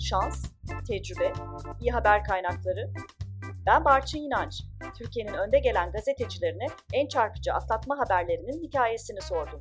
şans, tecrübe, iyi haber kaynakları. Ben Barçın İnanç. Türkiye'nin önde gelen gazetecilerine en çarpıcı atlatma haberlerinin hikayesini sordum.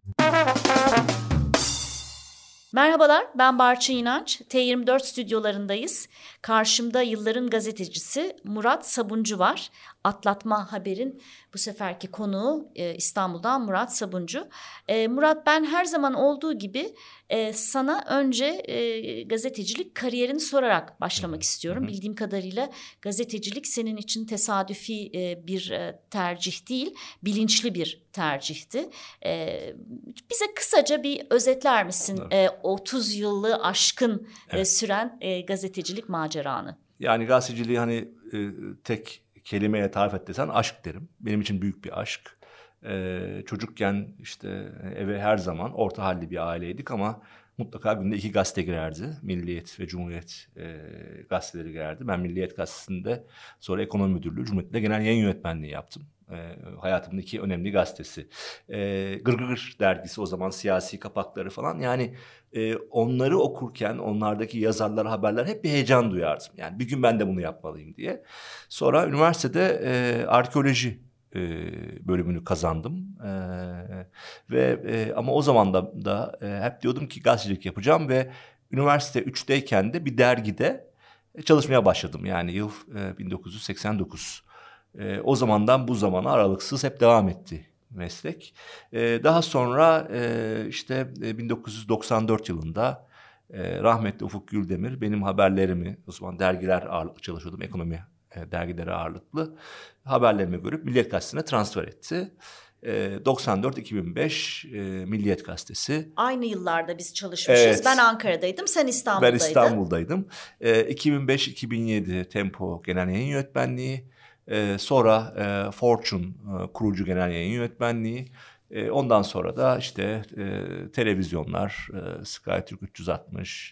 Merhabalar, ben Barçın İnanç. T24 stüdyolarındayız. Karşımda yılların gazetecisi Murat Sabuncu var. Atlatma Haber'in bu seferki konuğu İstanbul'dan Murat Sabuncu. Murat, ben her zaman olduğu gibi sana önce gazetecilik kariyerini sorarak başlamak istiyorum. Bildiğim kadarıyla gazetecilik senin için tesadüfi bir tercih değil, bilinçli bir tercihti. Bize kısaca bir özetler misin 30 yılı aşkın süren gazetecilik maceranı? Yani gazeteciliği hani tek kelimeyle tarif et desen aşk derim. Benim için büyük bir aşk. Çocukken işte eve her zaman orta halli bir aileydik ama mutlaka günde 2 gazete girerdi. Milliyet ve Cumhuriyet gazeteleri girerdi. Ben Milliyet gazetesinde, sonra Ekonomi Müdürlüğü, Cumhuriyet'te genel yayın yönetmenliği yaptım. Hayatımın 2 önemli gazetesi. Gırgır dergisi, o zaman siyasi kapakları falan. Yani onları okurken onlardaki yazarlar, haberler hep bir heyecan duyardım. Yani bir gün ben de bunu yapmalıyım diye. Sonra üniversitede arkeoloji bölümünü kazandım. Ama o zaman da hep diyordum ki gazetecilik yapacağım ve üniversite 3'teyken de bir dergide çalışmaya başladım. Yani yıl 1989. O zamandan bu zamana aralıksız hep devam etti meslek. Daha sonra işte 1994 yılında rahmetli Ufuk Güldemir benim haberlerimi, o zaman dergiler ağırlıklı çalışıyordum, ekonomi dergileri ağırlıklı, haberlerimi görüp Milliyet Gazetesi'ne transfer etti. 94-2005 Milliyet Gazetesi. Aynı yıllarda biz çalışmışız. Evet. Ben Ankara'daydım, sen İstanbul'daydın. Ben İstanbul'daydım. 2005-2007 Tempo Genel Yayın Yönetmenliği. Sonra Fortune kurucu genel yayın yönetmenliği. Ondan sonra da işte televizyonlar, Sky Türk 360,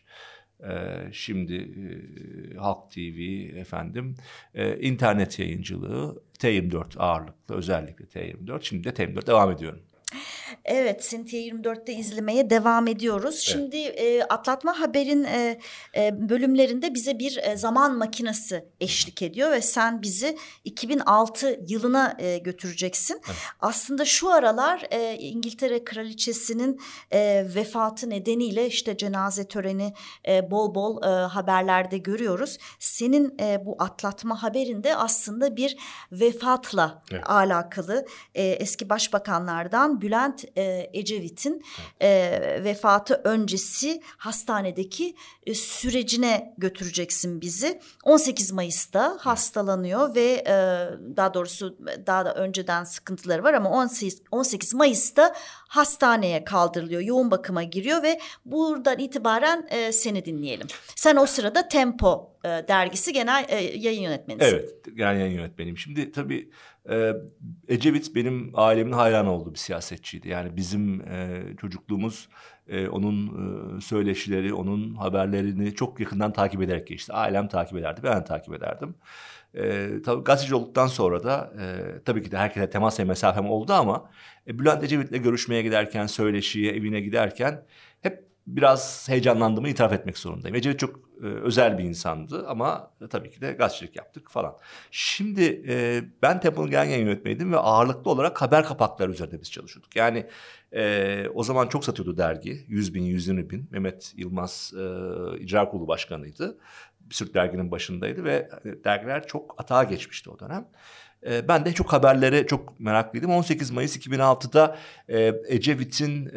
şimdi Halk TV, internet yayıncılığı, T24 ağırlıklı, özellikle T24. Şimdi de T24 devam ediyorum. Evet, seni T24'te izlemeye devam ediyoruz. Evet. Şimdi Atlatma Haber'in bölümlerinde bize bir zaman makinesi eşlik ediyor ve sen bizi 2006 yılına götüreceksin. Evet. Aslında şu aralar İngiltere Kraliçesi'nin vefatı nedeniyle işte cenaze töreni bol bol haberlerde görüyoruz. Senin bu Atlatma Haber'inde aslında bir vefatla alakalı eski başbakanlardan Bülent Ecevit'in vefatı öncesi hastanedeki sürecine götüreceksin bizi. 18 Mayıs'ta hastalanıyor ve daha doğrusu daha da önceden sıkıntıları var ama 18 Mayıs'ta hastaneye kaldırılıyor, yoğun bakıma giriyor ve buradan itibaren seni dinleyelim. Sen o sırada Tempo dergisi genel yayın yönetmenisin. Evet, genel yayın yönetmeniyim. Şimdi tabii Ecevit benim ailemin hayranı olduğu bir siyasetçiydi. Yani bizim çocukluğumuz onun söyleşileri, onun haberlerini çok yakından takip ederek geçti. Ailem takip ederdi, ben takip ederdim. Tabii gazeteci olduktan sonra da tabii ki de herkese temas ve mesafem oldu ama Bülent Ecevit'le görüşmeye giderken, söyleşiye, evine giderken hep biraz heyecanlandığımı itiraf etmek zorundayım. Ecevit çok özel bir insandı ama tabii ki de gazetecilik yaptık falan. Şimdi ben Tempo'nun genel yayın yönetmeniydim ve ağırlıklı olarak haber kapakları üzerinde biz çalışıyorduk. Yani o zaman çok satıyordu dergi. 100 bin, 120 bin. Mehmet Yılmaz İcra Kurulu Başkanı'ydı. Bir sürü derginin başındaydı ve dergiler çok atağa geçmişti o dönem. Ben de çok haberlere çok meraklıydım. 18 Mayıs 2006'da Ecevit'in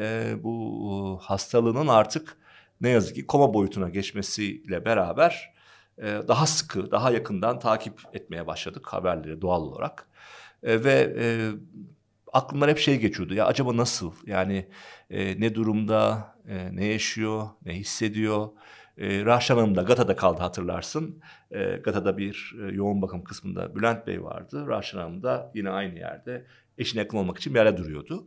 bu hastalığının artık ne yazık ki koma boyutuna geçmesiyle beraber daha sıkı, daha yakından takip etmeye başladık haberleri doğal olarak. Ve aklımdan hep şey geçiyordu. Ya acaba nasıl? Yani ne durumda, ne yaşıyor, ne hissediyor? Rahşan Hanım da Gata'da kaldı, hatırlarsın. Gata'da bir yoğun bakım kısmında Bülent Bey vardı. Rahşan Hanım da yine aynı yerde eşine yakın olmak için bir yere duruyordu.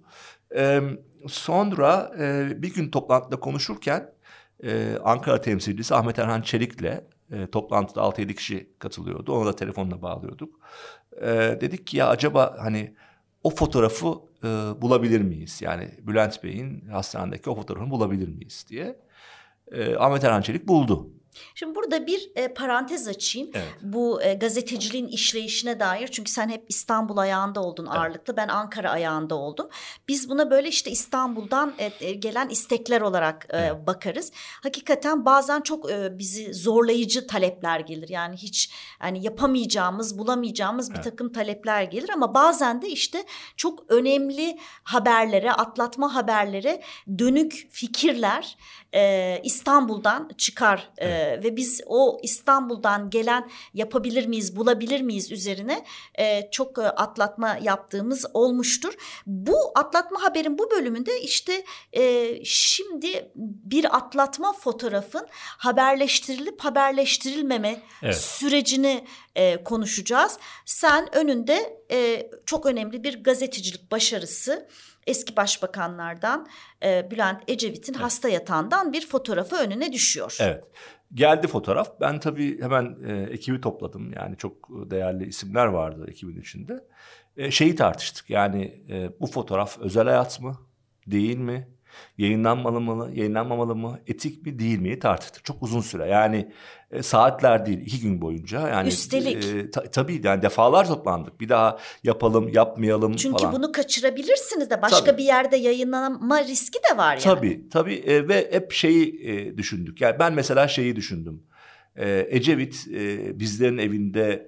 Sonra bir gün toplantıda konuşurken Ankara temsilcisi Ahmet Erhan Çelik'le toplantıda 6-7 kişi katılıyordu. Ona da telefonla bağlıyorduk. Dedik ki ya acaba hani o fotoğrafı bulabilir miyiz? Yani Bülent Bey'in hastanedeki o fotoğrafını bulabilir miyiz diye. Ahmet Erhan Çelik buldu. Şimdi burada bir parantez açayım. Evet. Bu gazeteciliğin işleyişine dair. Çünkü sen hep İstanbul ayağında oldun ağırlıklı. Ben Ankara ayağında oldum. Biz buna böyle işte İstanbul'dan gelen istekler olarak bakarız. Hakikaten bazen çok bizi zorlayıcı talepler gelir. Yani hiç hani yapamayacağımız, bulamayacağımız bir takım talepler gelir. Ama bazen de işte çok önemli haberlere, atlatma haberlere dönük fikirler İstanbul'dan çıkar. Ve biz o İstanbul'dan gelen yapabilir miyiz, bulabilir miyiz üzerine çok atlatma yaptığımız olmuştur. Bu atlatma haberin bu bölümünde işte şimdi bir atlatma fotoğrafın haberleştirilip haberleştirilmeme sürecini konuşacağız. Sen önünde çok önemli bir gazetecilik başarısı, eski başbakanlardan Bülent Ecevit'in hasta yatağından bir fotoğrafı önüne düşüyor. Evet. Geldi fotoğraf. Ben tabii hemen ekibi topladım. Yani çok değerli isimler vardı ekibin içinde. Şeyi tartıştık. Yani bu fotoğraf özel hayat mı? Değil mi? Yayınlanmalı mı? Yayınlanmamalı mı? Etik mi? Değil mi? Tartıştık. Çok uzun süre. Yani saatler değil, 2 gün boyunca. Yani üstelik. Tabii yani defalar toplandık. Bir daha yapalım, yapmayalım çünkü falan. Çünkü bunu kaçırabilirsiniz de başka bir yerde yayınlanma riski de var yani. Tabii ve hep şeyi düşündük. Yani ben mesela şeyi düşündüm. Ecevit bizlerin evinde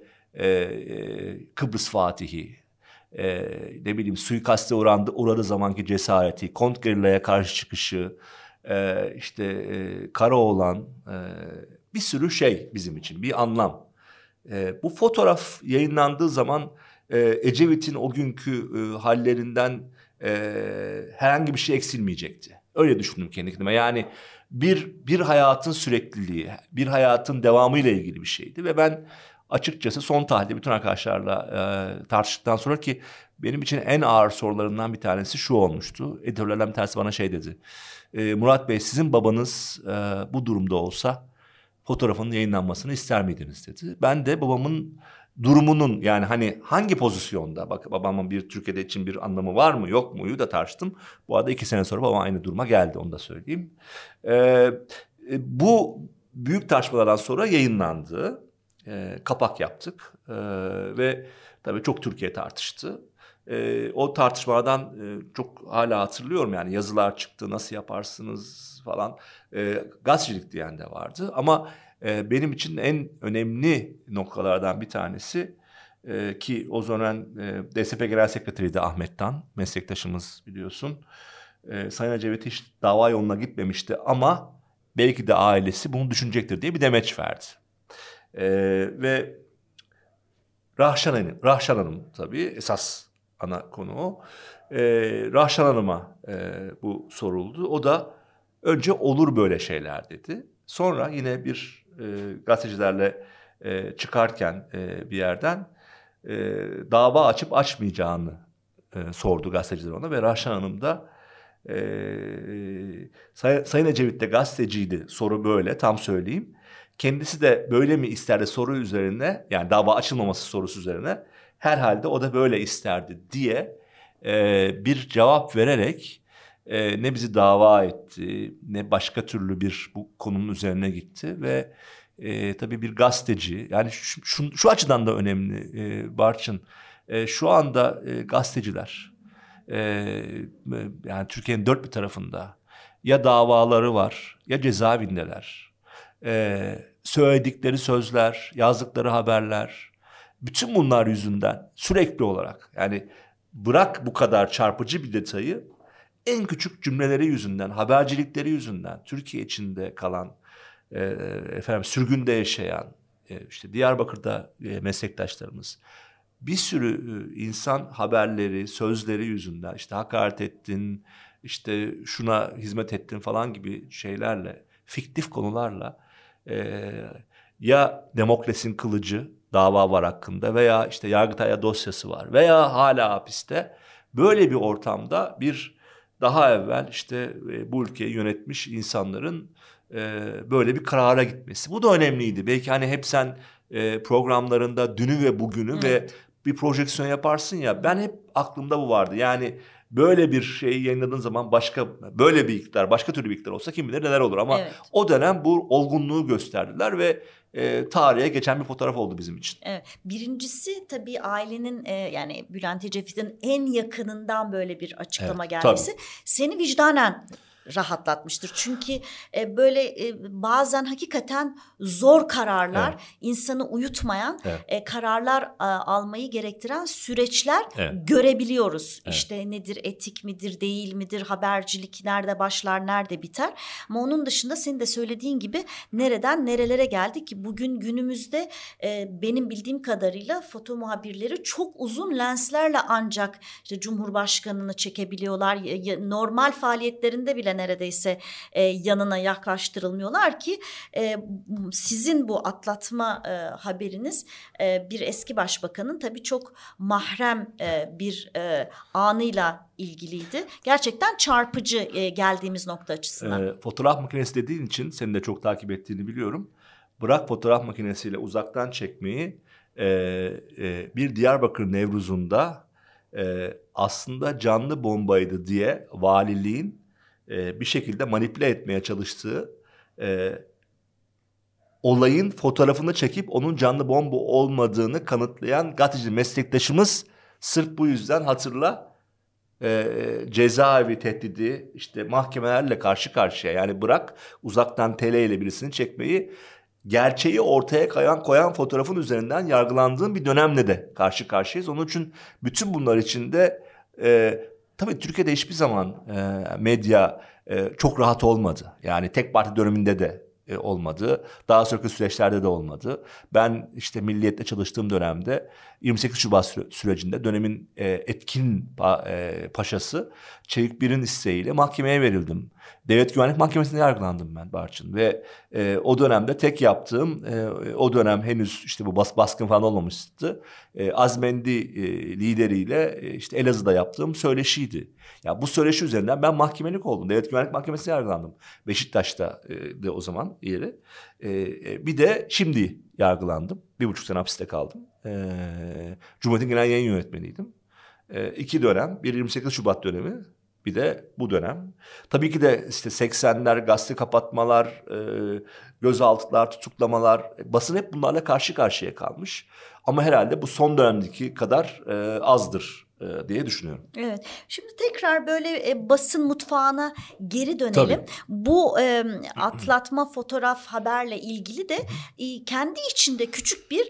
Kıbrıs Fatihi, ne bileyim suikaste uğradığı zamanki cesareti, kontrgerillaya karşı çıkışı, işte Karaoğlan, bir sürü şey bizim için bir anlam. Bu fotoğraf yayınlandığı zaman Ecevit'in o günkü hallerinden herhangi bir şey eksilmeyecekti. Öyle düşündüm kendi kendime. Yani bir hayatın sürekliliği, bir hayatın devamıyla ilgili bir şeydi ve ben açıkçası son tahlilde bütün arkadaşlarla tartıştıktan sonra ki benim için en ağır sorularından bir tanesi şu olmuştu. Editörlerden bir tanesi bana şey dedi. Murat Bey, sizin babanız bu durumda olsa fotoğrafının yayınlanmasını ister miydiniz dedi. Ben de babamın durumunun yani hani hangi pozisyonda, bak babamın bir Türkiye'de için bir anlamı var mı yok muyu da tartıştım. Bu arada 2 sene sonra babam aynı duruma geldi, onu da söyleyeyim. Bu büyük tartışmalardan sonra yayınlandı. Kapak yaptık ve tabii çok Türkiye tartıştı. O tartışmalardan çok hala hatırlıyorum, yani yazılar çıktı, nasıl yaparsınız falan. Gazetecilik diyen de vardı ama benim için en önemli noktalardan bir tanesi ki o zaman DSP Genel Sekreteriydi Ahmet Tan, meslektaşımız biliyorsun. Sayın Ecevit hiç dava yoluna gitmemişti ama belki de ailesi bunu düşünecektir diye bir demeç verdi. Ve Rahşan Hanım tabii esas ana konu o. Rahşan Hanım'a bu soruldu. O da önce olur böyle şeyler dedi. Sonra yine bir gazetecilerle çıkarken bir yerden dava açıp açmayacağını sordu gazeteciler ona ve Rahşan Hanım da Sayın Ecevit de gazeteciydi, soru böyle tam söyleyeyim. Kendisi de böyle mi isterdi soru üzerine, yani dava açılmaması sorusu üzerine herhalde o da böyle isterdi diye bir cevap vererek ne bizi dava etti ne başka türlü bir bu konunun üzerine gitti ve tabii bir gazeteci, yani şu açıdan da önemli Barçın, şu anda gazeteciler yani Türkiye'nin dört bir tarafında ya davaları var ya cezaevindeler. Söyledikleri sözler, yazdıkları haberler, bütün bunlar yüzünden sürekli olarak, yani bırak bu kadar çarpıcı bir detayı, en küçük cümleleri yüzünden, habercilikleri yüzünden Türkiye içinde kalan, sürgünde yaşayan, işte Diyarbakır'da meslektaşlarımız, bir sürü insan haberleri, sözleri yüzünden, işte hakaret ettin, işte şuna hizmet ettin falan gibi şeylerle, fiktif konularla ya Demokles'in kılıcı dava var hakkında veya işte Yargıtay'a dosyası var veya hala hapiste, böyle bir ortamda bir daha evvel işte bu ülkeyi yönetmiş insanların böyle bir karara gitmesi. Bu da önemliydi. Belki hani hep sen programlarında dünü ve bugünü ve bir projeksiyon yaparsın ya, ben hep aklımda bu vardı. Yani böyle bir şeyi yayınladığın zaman böyle bir iktidar, başka türlü bir iktidar olsa kim bilir neler olur. Ama o dönem bu olgunluğu gösterdiler ve tarihe geçen bir fotoğraf oldu bizim için. Evet. Birincisi tabii ailenin yani Bülent Ecevit'in en yakınından böyle bir açıklama gelmesi seni vicdanen rahatlatmıştır. Çünkü böyle bazen hakikaten zor kararlar, insanı uyutmayan kararlar almayı gerektiren süreçler görebiliyoruz. İşte nedir, etik midir, değil midir, habercilik nerede başlar, nerede biter. Ama onun dışında senin de söylediğin gibi nereden nerelere geldik ki bugün günümüzde benim bildiğim kadarıyla foto muhabirleri çok uzun lenslerle ancak işte Cumhurbaşkanını çekebiliyorlar. Normal faaliyetlerinde bile neredeyse yanına yaklaştırılmıyorlar ki sizin bu atlatma haberiniz bir eski başbakanın tabii çok mahrem bir anıyla ilgiliydi. Gerçekten çarpıcı geldiğimiz nokta açısından. Fotoğraf makinesi dediğin için senin de çok takip ettiğini biliyorum. Bırak fotoğraf makinesiyle uzaktan çekmeyi, bir Diyarbakır Nevruz'unda aslında canlı bombaydı diye valiliğin bir şekilde manipüle etmeye çalıştığı olayın fotoğrafını çekip onun canlı bomba olmadığını kanıtlayan gazeteci meslektaşımız sırf bu yüzden hatırla cezaevi tehdidi, işte mahkemelerle karşı karşıya, yani bırak uzaktan tele ile birisini çekmeyi, gerçeği ortaya koyan fotoğrafın üzerinden yargılandığın bir dönemle de karşı karşıyayız. Onun için bütün bunlar içinde tabii Türkiye'de hiçbir zaman medya çok rahat olmadı. Yani tek parti döneminde de olmadı. Daha sonraki süreçlerde de olmadı. Ben işte Milliyet'te çalıştığım dönemde 28 Şubat sürecinde dönemin etkin paşası Çevik Bir'in isteğiyle mahkemeye verildim. Devlet Güvenlik Mahkemesi'nde yargılandım ben Barçın ve o dönemde tek yaptığım, o dönem henüz işte bu baskın falan olmamıştı. Azmendi lideriyle işte Elazığ'da yaptığım söyleşiydi. Ya bu söyleşi üzerinden ben mahkemelik oldum. Devlet Güvenlik Mahkemesi'ne yargılandım. Beşiktaş'ta de o zaman yeri. Bir de şimdi yargılandım. 1,5 sene hapiste kaldım. Cumhuriyet'in genel yayın yönetmeniydim. 2 dönem, bir 28 Şubat dönemi, bir de bu dönem. Tabii ki de işte 80'ler, gazete kapatmalar, gözaltılar, tutuklamalar, basın hep bunlarla karşı karşıya kalmış. Ama herhalde bu son dönemdeki kadar azdır diye düşünüyorum. Evet. Şimdi tekrar böyle basın mutfağına geri dönelim. Tabii. Bu atlatma fotoğraf haberle ilgili de kendi içinde küçük bir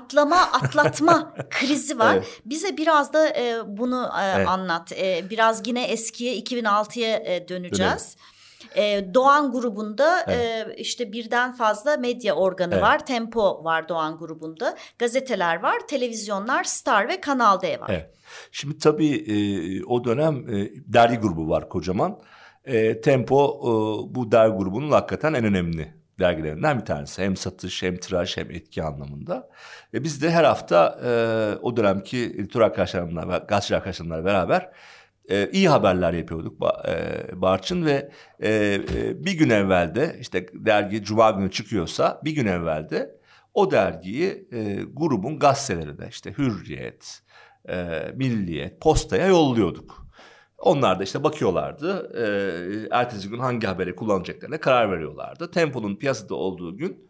atlatma krizi var. Evet. Bize biraz da bunu anlat. Biraz yine eskiye 2006'ya döneceğiz. Doğan grubunda işte birden fazla medya organı var. Tempo var Doğan grubunda. Gazeteler var, televizyonlar, Star ve Kanal D var. Evet. Şimdi tabii o dönem dergi grubu var kocaman. Tempo bu dergi grubunun hakikaten en önemli dergilerinden bir tanesi. Hem satış, hem tiraj, hem etki anlamında. Ve biz de her hafta o dönemki editör arkadaşlarımla ve gazeteci arkadaşlarımla beraber iyi haberler yapıyorduk Barçın ve bir gün evvelde, işte dergi Cuma günü çıkıyorsa bir gün evvelde o dergiyi grubun gazetelerine, işte Hürriyet, Milliyet, Posta'ya yolluyorduk. Onlar da işte bakıyorlardı. Ertesi gün hangi haberi kullanacaklarına karar veriyorlardı. Tempo'nun piyasada olduğu gün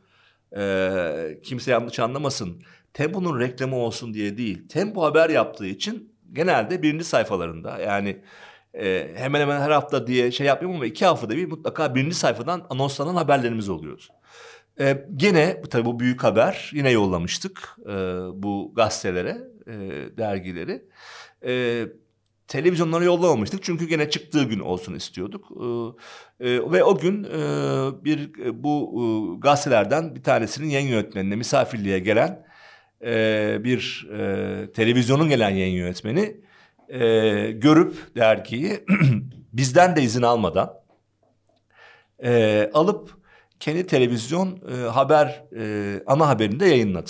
kimse yanlış anlamasın. Tempo'nun reklamı olsun diye değil. Tempo haber yaptığı için genelde birinci sayfalarında, yani hemen hemen her hafta diye şey yapmıyorum ama 2 haftada bir mutlaka birinci sayfadan anonslanan haberlerimiz oluyordu. Gene tabii bu büyük haber yine yollamıştık bu gazetelere, dergileri. Televizyonlara yollamamıştık çünkü gene çıktığı gün olsun istiyorduk. Ve o gün bu gazetelerden bir tanesinin yayın yönetmenine misafirliğe gelen bir televizyonun gelen yayın yönetmeni görüp dergiyi bizden de izin almadan alıp kendi televizyon ana haberinde yayınladı.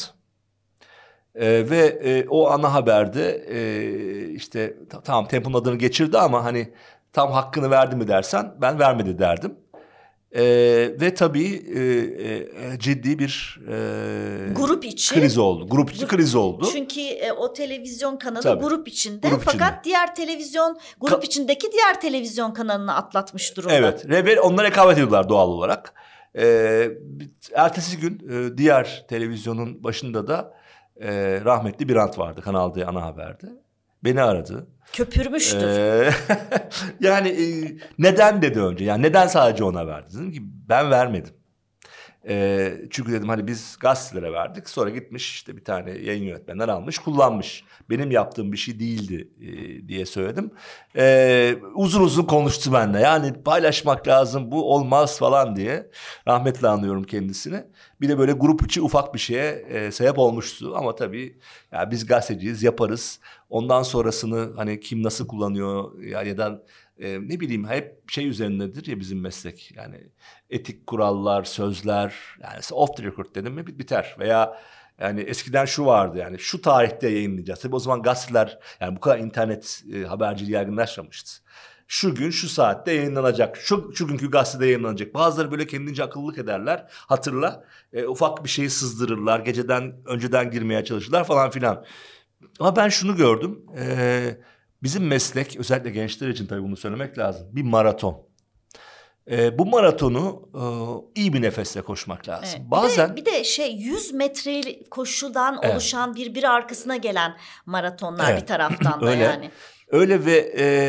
Ve o ana haberde işte tamam Tempo'nun adını geçirdi ama hani tam hakkını verdi mi dersen ben vermedi derdim. Ve tabii ciddi bir grup içi kriz oldu. Grup içi kriz oldu. Çünkü o televizyon kanalı tabii, grup içinde. Grup fakat içinde. diğer televizyon grup içindeki diğer televizyon kanalını atlatmış durumda. Evet. Ve onlar rekabet ediyorlar doğal olarak. Ertesi gün diğer televizyonun başında da rahmetli Birant vardı. Kanal D ana haberde. Beni aradı. Köpürmüştür. Yani neden dedi önce. Yani neden sadece ona verdi? Dedim ki ben vermedim. Çünkü dedim hani biz gazetelere verdik. Sonra gitmiş işte bir tane yayın yönetmenler almış, kullanmış. Benim yaptığım bir şey değildi diye söyledim. Uzun uzun konuştu benimle. Yani paylaşmak lazım, bu olmaz falan diye. Rahmetle anıyorum kendisini. Bir de böyle grup içi ufak bir şeye sebep olmuştu. Ama tabii ya biz gazeteciyiz, yaparız. Ondan sonrasını hani kim nasıl kullanıyor ya da ne bileyim hep şey üzerindedir ya bizim meslek. Yani etik kurallar, sözler, yani off the record dedim mi biter. Veya yani eskiden şu vardı, yani şu tarihte yayınlayacağız. Tabii o zaman gazeteler, yani bu kadar internet haberciliği yaygınlaşmamıştı. Şu gün şu saatte yayınlanacak. Şu günkü gazetede yayınlanacak. Bazıları böyle kendince akıllılık ederler. Hatırla. Ufak bir şeyi sızdırırlar. Geceden önceden girmeye çalışırlar falan filan. Ama ben şunu gördüm. Bizim meslek, özellikle gençler için tabii bunu söylemek lazım. Bir maraton. Bu maratonu iyi bir nefesle koşmak lazım. Evet. Bazen bir de 100 metre koşudan oluşan bir arkasına gelen maratonlar bir taraftan da öyle, yani. Öyle ve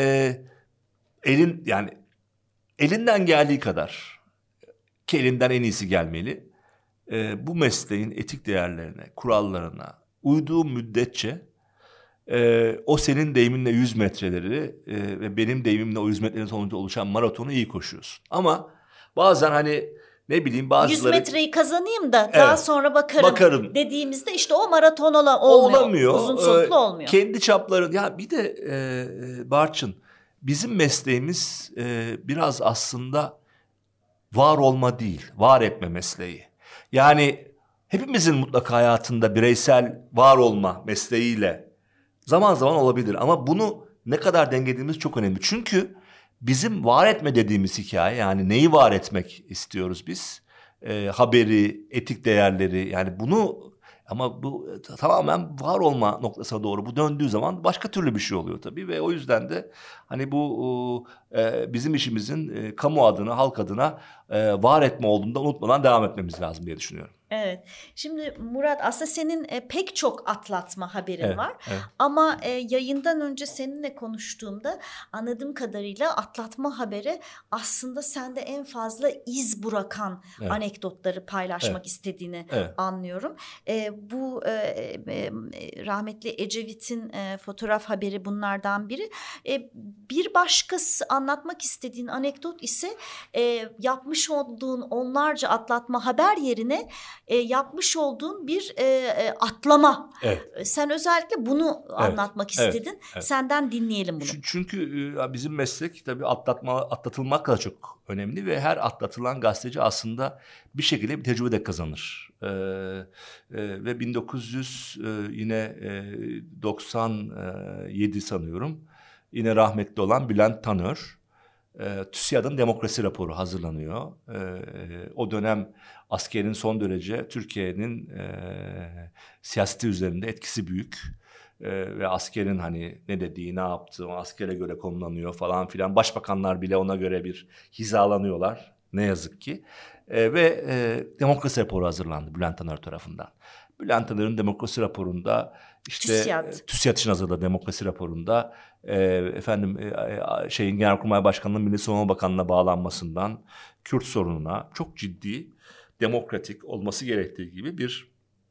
elinden geldiği kadar, ki elinden en iyisi gelmeli. Bu mesleğin etik değerlerine, kurallarına uyduğu müddetçe o senin deyiminle 100 metreleri ve benim deyimimle o 100 metrenin sonucu oluşan maratonu iyi koşuyorsun. Ama bazen hani ne bileyim bazıları 100 metreyi kazanayım da daha sonra bakarım dediğimizde işte o maraton olamıyor. Uzun soluklu olmuyor. Kendi çapların ya bir de Barçın, bizim mesleğimiz biraz aslında var olma değil, var etme mesleği. Yani hepimizin mutlaka hayatında bireysel var olma mesleğiyle zaman zaman olabilir. Ama bunu ne kadar dengelediğimiz çok önemli. Çünkü bizim var etme dediğimiz hikaye, yani neyi var etmek istiyoruz biz? Haberi, etik değerleri, yani bunu, ama bu tamamen var olma noktasına doğru bu döndüğü zaman başka türlü bir şey oluyor tabii. Ve o yüzden de hani bu bizim işimizin kamu adına, halk adına var etme olduğunda unutmadan devam etmemiz lazım diye düşünüyorum. Evet. Şimdi Murat, aslında senin pek çok atlatma haberin var. Evet. Ama yayından önce seninle konuştuğumda anladığım kadarıyla atlatma haberi aslında sende en fazla iz bırakan anekdotları paylaşmak istediğini anlıyorum. Bu rahmetli Ecevit'in fotoğraf haberi bunlardan biri. Bir başkası anlatmak istediğin anekdot ise yapmış olduğun onlarca atlatma haber yerine yapmış olduğun bir atlama. Evet. Sen özellikle bunu anlatmak istedin. Evet. Senden dinleyelim bunu. Çünkü bizim meslek tabii atlatılmak da çok önemli ve her atlatılan gazeteci aslında bir şekilde bir tecrübe de kazanır. Ve 1997 sanıyorum yine rahmetli olan Bülent Tanör, TÜSİAD'ın demokrasi raporu hazırlanıyor. O dönem askerin son derece Türkiye'nin siyaseti üzerinde etkisi büyük. Ve askerin hani ne dediği, ne yaptığı, askere göre konumlanıyor falan filan. Başbakanlar bile ona göre bir hizalanıyorlar ne yazık ki. Ve demokrasi raporu hazırlandı Bülent Tanör tarafından. Bülent Tanör'ün demokrasi raporunda işte TÜSİAD için hazırladığı demokrasi raporunda Genelkurmay Başkanlığı'nın Milli Savunma Bakanlığı'na bağlanmasından Kürt sorununa çok ciddi demokratik olması gerektiği gibi bir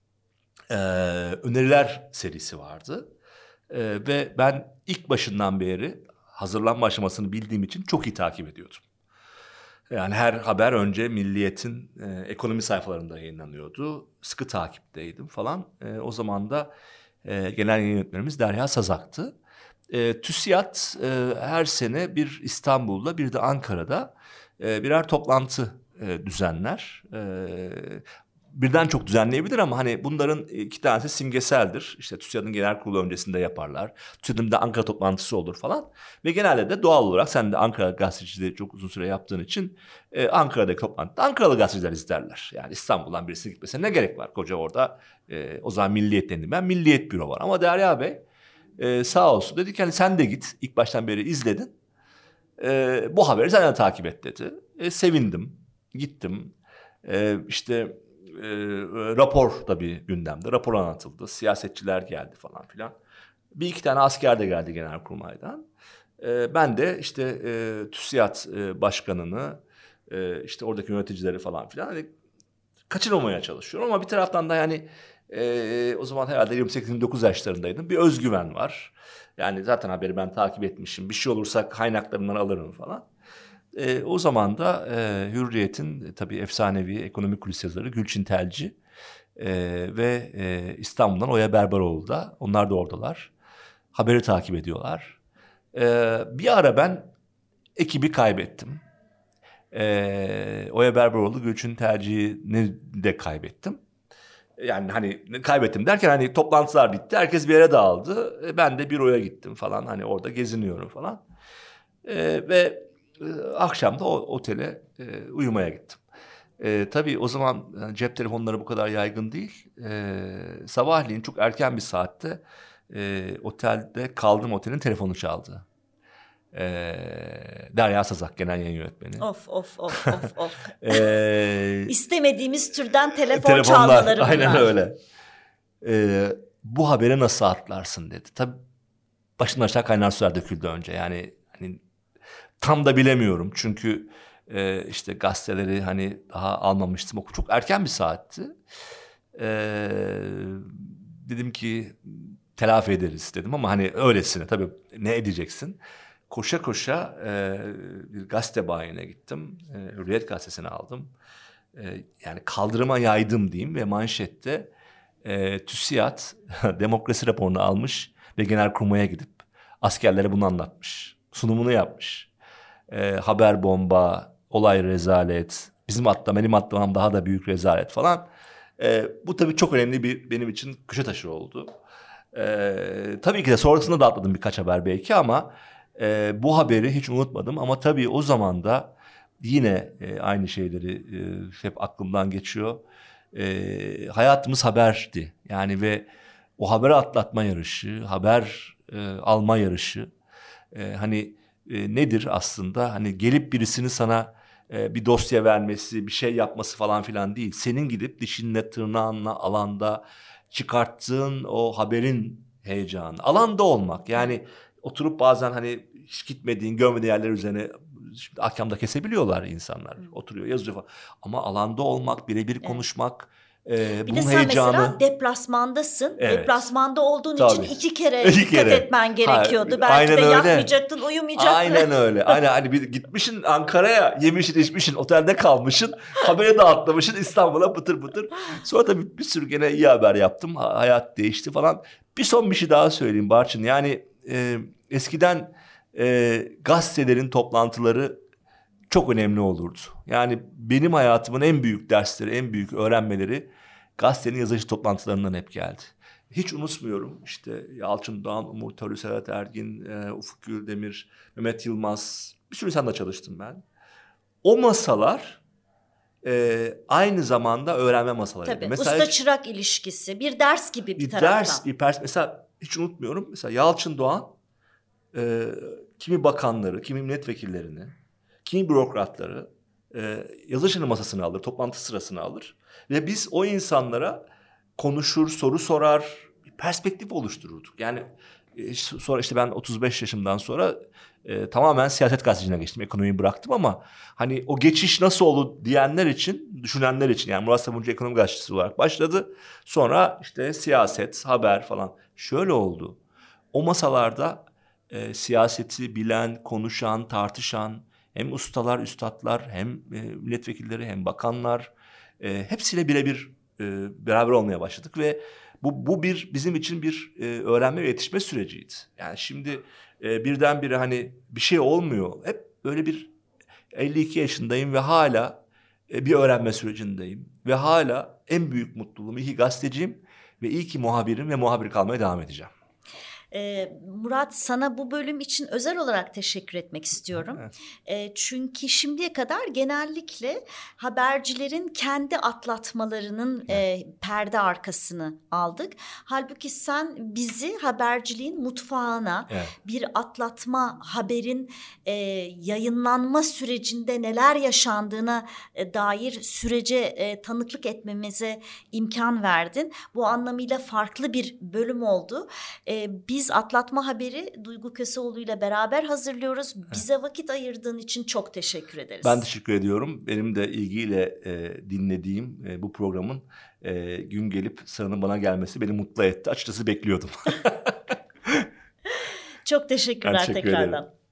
öneriler serisi vardı. Ve ben ilk başından beri hazırlanma aşamasını bildiğim için çok iyi takip ediyordum. Yani her haber önce Milliyet'in ekonomi sayfalarında yayınlanıyordu. Sıkı takipteydim falan. O zaman da genel yayın yönetmenimiz Derya Sazak'tı. TÜSİAD her sene bir İstanbul'da bir de Ankara'da birer toplantı düzenler. birden çok düzenleyebilir ama hani bunların 2 tanesi simgeseldir. İşte TÜSİAD'ın genel kurulu öncesinde yaparlar. TÜSİAD'ın da Ankara toplantısı olur falan. Ve genelde de doğal olarak sen de Ankara gazeteciliği çok uzun süre yaptığın için Ankara'daki toplantıda Ankaralı gazeteciler izlerler. Yani İstanbul'dan birisinin gitmesine ne gerek var? Koca orada o zaman Milliyet dendim ben. Milliyet büro var ama Derya Bey sağ olsun dedi ki hani sen de git. İlk baştan beri izledin. Bu haberi sen de takip et dedi. Sevindim. Gittim. İşte rapor tabii gündemde. Rapor anlatıldı. Siyasetçiler geldi falan filan. 1-2 tane asker de geldi Genelkurmay'dan. Ben de işte TÜSİAD başkanını, işte oradaki yöneticileri falan filan hani kaçırmamaya çalışıyorum. Ama bir taraftan da yani o zaman herhalde 28-29 yaşlarındaydım. Bir özgüven var. Yani zaten haberi ben takip etmişim. Bir şey olursa kaynaklarından alırım falan. O zaman da Hürriyet'in tabii efsanevi ekonomik kulis yazarı Gülçin Telci ve İstanbul'dan Oya Berberoğlu da onlar da oradalar. Haberi takip ediyorlar. Bir ara ben ekibi kaybettim. Oya Berberoğlu, Gülçin Telci'ni de kaybettim. Yani hani kaybettim derken hani toplantılar bitti. Herkes bir yere dağıldı. Ben de büroya gittim falan. Hani orada geziniyorum falan. Ve akşam da otele uyumaya gittim. Tabii o zaman cep telefonları bu kadar yaygın değil. Sabahleyin çok erken bir saatte otelde kaldığım otelin telefonu çaldı. Derya Sazak genel yayın yönetmeni. Of. İstemediğimiz türden telefonlar çalmaları bunlar. Aynen öyle. Bu haberi nasıl atlarsın dedi. Tabii başımdan aşağı kaynar sular döküldü önce. Yani hani tam da bilemiyorum. Çünkü işte gazeteleri hani daha almamıştım. Çok erken bir saatti. Dedim ki telafi ederiz dedim ama hani öylesine tabii ne edeceksin? Koşa koşa bir gazete bayine gittim. Hürriyet gazetesini aldım. Yani kaldırıma yaydım diyeyim ve manşette TÜSİAD demokrasi raporunu almış ve Genelkurmay'a gidip askerlere bunu anlatmış. Sunumunu yapmış. Haber bomba, olay rezalet, benim atlamam daha da büyük rezalet falan. Bu tabii çok önemli benim için köşe taşı oldu. Tabii ki de sonrasında da atladım birkaç haber belki ama bu haberi hiç unutmadım. Ama tabii o zaman da yine aynı şeyleri hep aklımdan geçiyor. Hayatımız haberdi. Yani ve o haberi atlatma yarışı, haber alma yarışı. Hani nedir aslında? Hani gelip birisinin sana bir dosya vermesi, bir şey yapması falan filan değil. Senin gidip dişinle, tırnağınla alanda çıkarttığın o haberin heyecanı. Alanda olmak. Yani oturup bazen hani hiç gitmediğin, görmediğin yerler üzerine şimdi ahkamda kesebiliyorlar insanlar. Oturuyor, yazıyor falan. Ama alanda olmak, birebir konuşmak, bir bunun de sen heyecanı. mesela deplasmandasın. Evet. Deplasmanda olduğun Tabii. için 2 kere dikkat etmen gerekiyordu. Belki aynen de öyle. yatmayacaktın, uyumayacaktın. Aynen öyle. Aynen hani bir gitmişsin Ankara'ya, yemişsin, içmişsin, otelde kalmışsın, haberi dağıtlamışsın İstanbul'a pıtır pıtır. Sonra tabii bir sürü gene iyi haber yaptım. Hayat değişti falan. Bir şey daha söyleyeyim Barçın. Yani eskiden gazetelerin toplantıları çok önemli olurdu. Yani benim hayatımın en büyük dersleri, en büyük öğrenmeleri gazetenin yazıcı toplantılarından hep geldi. Hiç unutmuyorum işte Yalçın Doğan, Umur Törlü, Serhat Ergin, Ufuk Güldemir, Mehmet Yılmaz, bir sürü insanla çalıştım ben. O masalar aynı zamanda öğrenme masalarıydı. Tabii mesela usta-çırak ilişkisi, bir ders gibi bir taraftan. Mesela hiç unutmuyorum. Mesela Yalçın Doğan kimi bakanları, kimi milletvekillerini, kimi bürokratları yazıcının masasına alır, toplantı sırasına alır. Ve biz o insanlara konuşur, soru sorar, bir perspektif oluştururduk. Yani sonra işte ben 35 yaşımdan sonra tamamen siyaset gazeteciliğine geçtim. Ekonomiyi bıraktım ama hani o geçiş nasıl oldu diyenler için, düşünenler için yani Murat Sabuncu ekonomi gazetecisi olarak başladı. Sonra işte siyaset, haber falan şöyle oldu. O masalarda siyaseti bilen, konuşan, tartışan hem ustalar, üstadlar hem milletvekilleri hem bakanlar hepsiyle birebir beraber olmaya başladık ve bu bizim için bir öğrenme ve yetişme süreciydi. Yani şimdi birdenbire hani bir şey olmuyor. Hep böyle bir 52 yaşındayım ve hala bir öğrenme sürecindeyim. Ve hala en büyük mutluluğum iyi ki gazeteciyim ve iyi ki muhabirim ve muhabir kalmaya devam edeceğim. Murat, sana bu bölüm için özel olarak teşekkür etmek istiyorum. Evet. Çünkü şimdiye kadar genellikle habercilerin kendi atlatmalarının perde arkasını aldık. Halbuki sen bizi haberciliğin mutfağına, bir atlatma haberin yayınlanma sürecinde neler yaşandığına dair sürece tanıklık etmemize imkan verdin. Bu anlamıyla farklı bir bölüm oldu. Biz Atlatma Haberi Duygu Köseoğlu ile beraber hazırlıyoruz. Bize vakit ayırdığın için çok teşekkür ederiz. Ben teşekkür ediyorum. Benim de ilgiyle dinlediğim bu programın gün gelip sıranın bana gelmesi beni mutlu etti. Açıkçası bekliyordum. Çok teşekkürler tekrardan. Ederim.